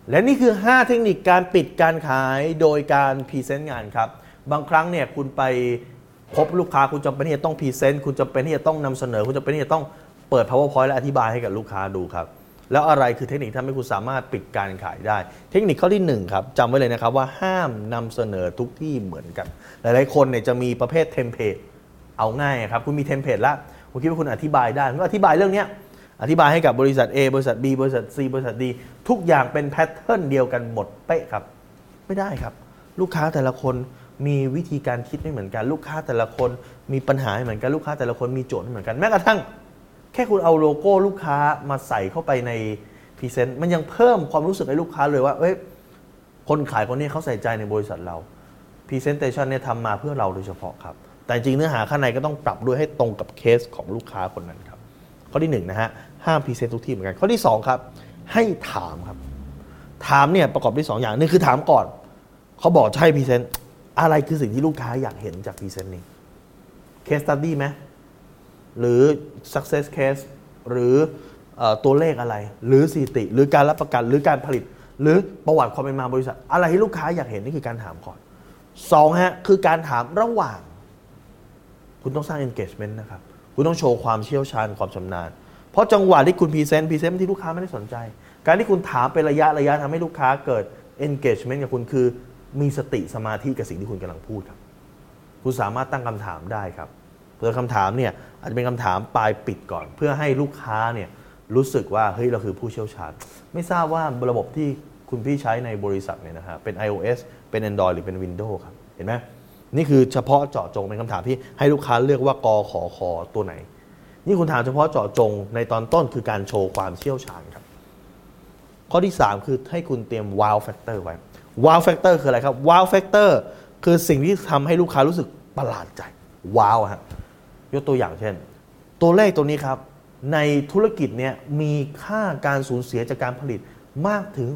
และนี่คือ5เทคนิคการปิดการขายโดยการพรีเซนต์งานครับบางครั้งเนี่ยคุณไปพบลูกค้าคุณจำเป็นที่จะต้องพรีเซนต์คุณจำเป็นที่จะต้องนำเสนอคุณจำเป็นที่จะต้องเปิด PowerPoint และอธิบายให้กับลูกค้าดูครับแล้วอะไรคือเทคนิคที่ทำให้คุณสามารถปิดการขายได้เทคนิคข้อที่1ครับจำไว้เลยนะครับว่าห้ามนำเสนอทุกที่เหมือนกันหลายๆคนเนี่ยจะมีประเภทเทมเพลตเอาง่ายครับคุณมีเทมเพลตแล้วคุณคิดว่าคุณอธิบายได้คุณก็อธิบายเรื่องนี้อธิบายให้กับบริษัท A บริษัท B บริษัท C บริษัท D ทุกอย่างเป็นแพทเทิร์นเดียวกันหมดเป๊ะครับไม่ได้ครับลูกค้าแต่ละคนมีวิธีการคิดไม่เหมือนกันลูกค้าแต่ละคนมีปัญหาไม่เหมือนกันลูกค้าแต่ละคนมีโจทย์ไม่เหมือนกันแม้กระทั่งแค่คุณเอาโลโก้ลูกค้ามาใส่เข้าไปในพรีเซนต์มันยังเพิ่มความรู้สึกให้ลูกค้าเลยว่าคนขายคนนี้เขาใส่ใจในบริษัทเราพรีเซนเตชันเนี่ยทำมาเพื่อเราโดยเฉพาะครับแต่จริงเนื้อหาข้างในก็ต้องปรับด้วยให้ตรงกับเคสของลูกค้าคนนั้นครับข้อที่1นะฮะห้ามพรีเซนต์ทุกที่เหมือนกันข้อที่2ครับให้ถามครับถามเนี่ยประกอบด้วย2อย่างนึงคือถามก่อนเขาบอกจะให้พรีเซนต์อะไรคือสิ่งที่ลูกค้าอยากเห็นจากพรีเซนต์นี้เคสสตั๊ดดี้ไหมหรือ success case หรือตัวเลขอะไรหรือสถิติหรือการรับประกันหรือการผลิตหรือประวัติความเป็นมาบริษัทอะไรที่ลูกค้าอยากเห็นนี่คือการถามก่อน2ฮะคือการถามระหว่างคุณต้องสร้าง engagement นะครับคุณต้องโชว์ความเชี่ยวชาญความชำนาญเพราะจังหวะที่คุณพรีเซนต์ที่ลูกค้าไม่ได้สนใจการที่คุณถามเป็นระยะทำให้ลูกค้าเกิด engagement กับคุณคือมีสติสมาธิกับสิ่งที่คุณกำลังพูดครับคุณสามารถตั้งคำถามได้ครับโดยคำถามเนี่ยอาจจะเป็นคำถามปลายปิดก่อนเพื่อให้ลูกค้าเนี่ยรู้สึกว่าเฮ้ยเราคือผู้เชี่ยวชาญไม่ทราบว่าระบบที่คุณพี่ใช้ในบริษัทเนี่ยนะฮะเป็น iOS เป็น Android หรือเป็น Windows ครับเห็นไหมนี่คือเฉพาะเจาะจงเป็นคำถามที่ให้ลูกค้าเลือกว่ากขคตัวไหนนี่คุณถามเฉพาะเจาะจงในตอนต้นคือการโชว์ความเชี่ยวชาญครับข้อที่3คือให้คุณเตรียม wow factor ไว้ wow factor คืออะไรครับ wow factor คือสิ่งที่ทำให้ลูกค้ารู้สึกประหลาดใจว้าวฮะยกตัวอย่างเช่นตัวเลขตัวนี้ครับในธุรกิจเนี่ยมีค่าการสูญเสียจากการผลิตมากถึง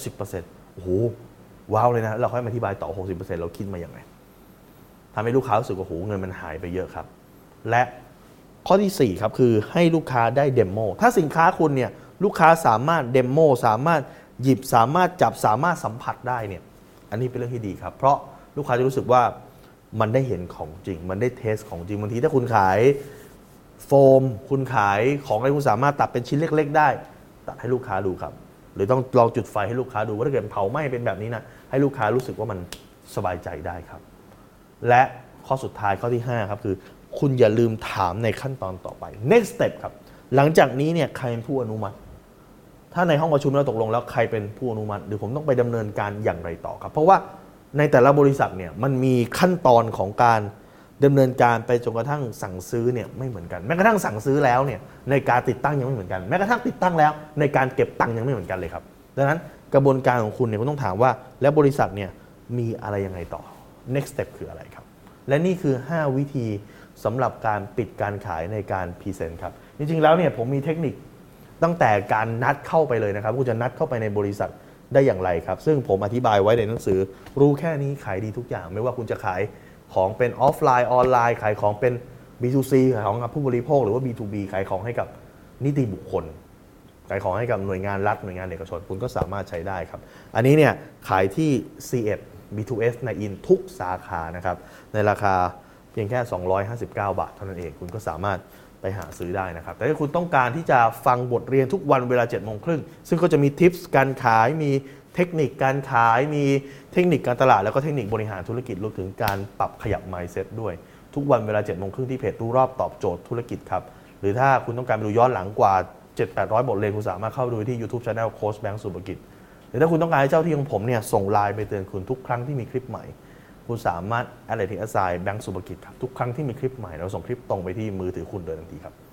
60% โอ้โหว้าวเลยนะเราค่อยมาอธิบายต่อ 60% เราคิดมาอย่างไรทำให้ลูกค้ารู้สึกว่าโอ้โหเงินมันหายไปเยอะครับและข้อที่4ครับคือให้ลูกค้าได้เดโมถ้าสินค้าคุณเนี่ยลูกค้าสามารถเดโมสามารถหยิบสามารถจับสามารถสัมผัสได้เนี่ยอันนี้เป็นเรื่องที่ดีครับเพราะลูกค้าจะรู้สึกว่ามันได้เห็นของจริงมันได้เทสของจริงบางทีถ้าคุณขายโฟมคุณขายของอะไรคุณสามารถตัดเป็นชิ้นเล็กๆได้ตัดให้ลูกค้าดูครับหรือต้องลองจุดไฟให้ลูกค้าดูว่าถ้าเกิดเผาไหม้เป็นแบบนี้นะให้ลูกค้ารู้สึกว่ามันสบายใจได้ครับและข้อสุดท้ายข้อที่5ครับคือคุณอย่าลืมถามในขั้นตอนต่อไป next step ครับหลังจากนี้เนี่ยใครเป็นผู้อนุมัติถ้าในห้องประชุมเราตกลงแล้วใครเป็นผู้อนุมัติหรือผมต้องไปดำเนินการอย่างไรต่อครับเพราะว่าในแต่ละบริษัทเนี่ยมันมีขั้นตอนของการดำเนินการไปจนกระทั่งสั่งซื้อเนี่ยไม่เหมือนกันแม้กระทั่งสั่งซื้อแล้วเนี่ยในการติดตั้งยังไม่เหมือนกันแม้กระทั่งติดตั้งแล้วในการเก็บตังค์ยังไม่เหมือนกันเลยครับดังนั้นกระบวนการของคุณเนี่ยคุณต้องถามว่าแล้วบริษัทเนี่ยมีอะไรยังไงต่อ next step คืออะไรครับและนี่คือ5วิธีสำหรับการปิดการขายในการพรีเซนต์ครับจริงๆแล้วเนี่ยผมมีเทคนิคตั้งแต่การนัดเข้าไปเลยนะครับคุณจะนัดเข้าไปในบริษัทได้อย่างไรครับซึ่งผมอธิบายไว้ในหนังสือรู้แค่นี้ขายดีทุกอย่างไม่ว่าคุณจะขายของเป็นออฟไลน์ออนไลน์ขายของเป็น B2C ขายของกับผู้บริโภคหรือว่า B2B ขายของให้กับนิติบุคคลขายของให้กับหน่วยงานรัฐหน่วยงานเอกชนคุณก็สามารถใช้ได้ครับอันนี้เนี่ยขายที่ C1 B2S ในอินทุกสาขานะครับในราคาเพียงแค่259 บาทเท่านั้นเองคุณก็สามารถไปหาซื้อได้นะครับแต่ถ้าคุณต้องการที่จะฟังบทเรียนทุกวันเวลา 7:30 น.ซึ่งก็จะมีทิปส์การขายมีเทคนิคการขายมีเทคนิคการตลาดแล้วก็เทคนิคบริหารธุรกิจรวมถึงการปรับขยับ mindset ด้วยทุกวันเวลา 7:30 น.ที่เพจรู้รอบตอบโจทย์ธุรกิจครับหรือถ้าคุณต้องการไปดูย้อนหลังกว่า 700-800 บทเรียนคุณสามารถเข้าดูที่ YouTube Channel โค้ชแบงค์สุภกิจหรือถ้าคุณต้องการให้เจ้าที่ของผมเนี่ยส่งไลน์ไปเตือนคุณทุกครั้งที่มีคลิปใหม่คุณสามารถ Analytics Assign แบงค์สุภกิจครับทุกครั้งที่มีคลิปใหม่เราส่งคลิปตรงไปที่มือถือคุณโดยทันทีครับ